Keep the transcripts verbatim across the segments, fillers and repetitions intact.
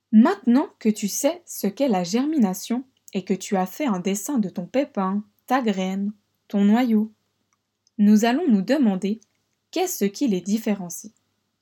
Maintenant que tu sais ce qu'est la germination et que tu as fait un dessin de ton pépin, ta graine, ton noyau, nous allons nous demander qu'est-ce qui les différencie.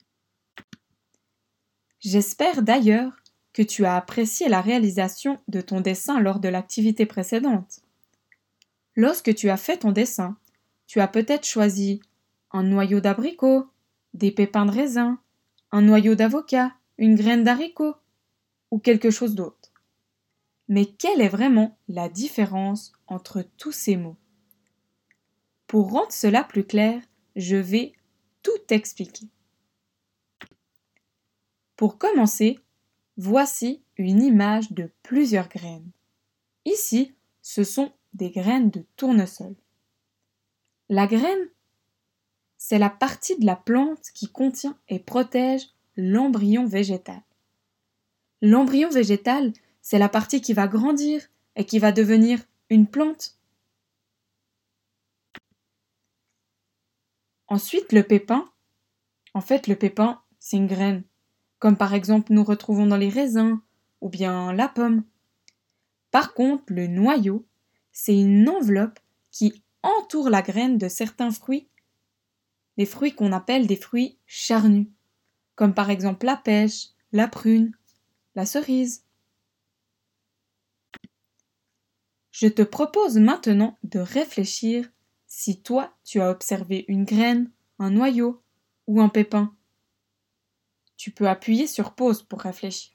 J'espère d'ailleurs que tu as apprécié la réalisation de ton dessin lors de l'activité précédente. Lorsque tu as fait ton dessin, tu as peut-être choisi un noyau d'abricot, des pépins de raisin, un noyau d'avocat, une graine d'haricot ou quelque chose d'autre. Mais quelle est vraiment la différence entre tous ces mots? Pour rendre cela plus clair, je vais tout expliquer. Pour commencer, voici une image de plusieurs graines. Ici, ce sont des graines de tournesol. La graine, c'est la partie de la plante qui contient et protège l'embryon végétal. L'embryon végétal, c'est la partie qui va grandir et qui va devenir une plante. Ensuite, le pépin. En fait, le pépin, c'est une graine, comme par exemple nous retrouvons dans les raisins ou bien la pomme. Par contre, le noyau, c'est une enveloppe qui entoure la graine de certains fruits, les fruits qu'on appelle des fruits charnus, comme par exemple la pêche, la prune, la cerise. Je te propose maintenant de réfléchir si toi tu as observé une graine, un noyau ou un pépin. Tu peux appuyer sur pause pour réfléchir.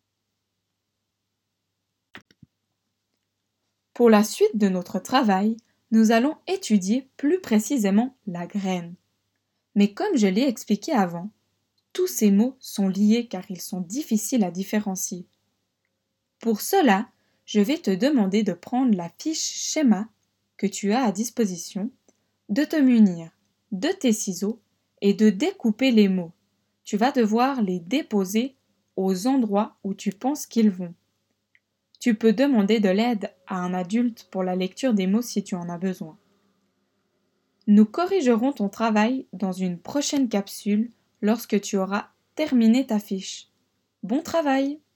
Pour la suite de notre travail, nous allons étudier plus précisément la graine. Mais comme je l'ai expliqué avant, tous ces mots sont liés car ils sont difficiles à différencier. Pour cela, je vais te demander de prendre la fiche schéma que tu as à disposition, de te munir de tes ciseaux et de découper les mots. Tu vas devoir les déposer aux endroits où tu penses qu'ils vont. Tu peux demander de l'aide à un adulte pour la lecture des mots si tu en as besoin. Nous corrigerons ton travail dans une prochaine capsule lorsque tu auras terminé ta fiche. Bon travail!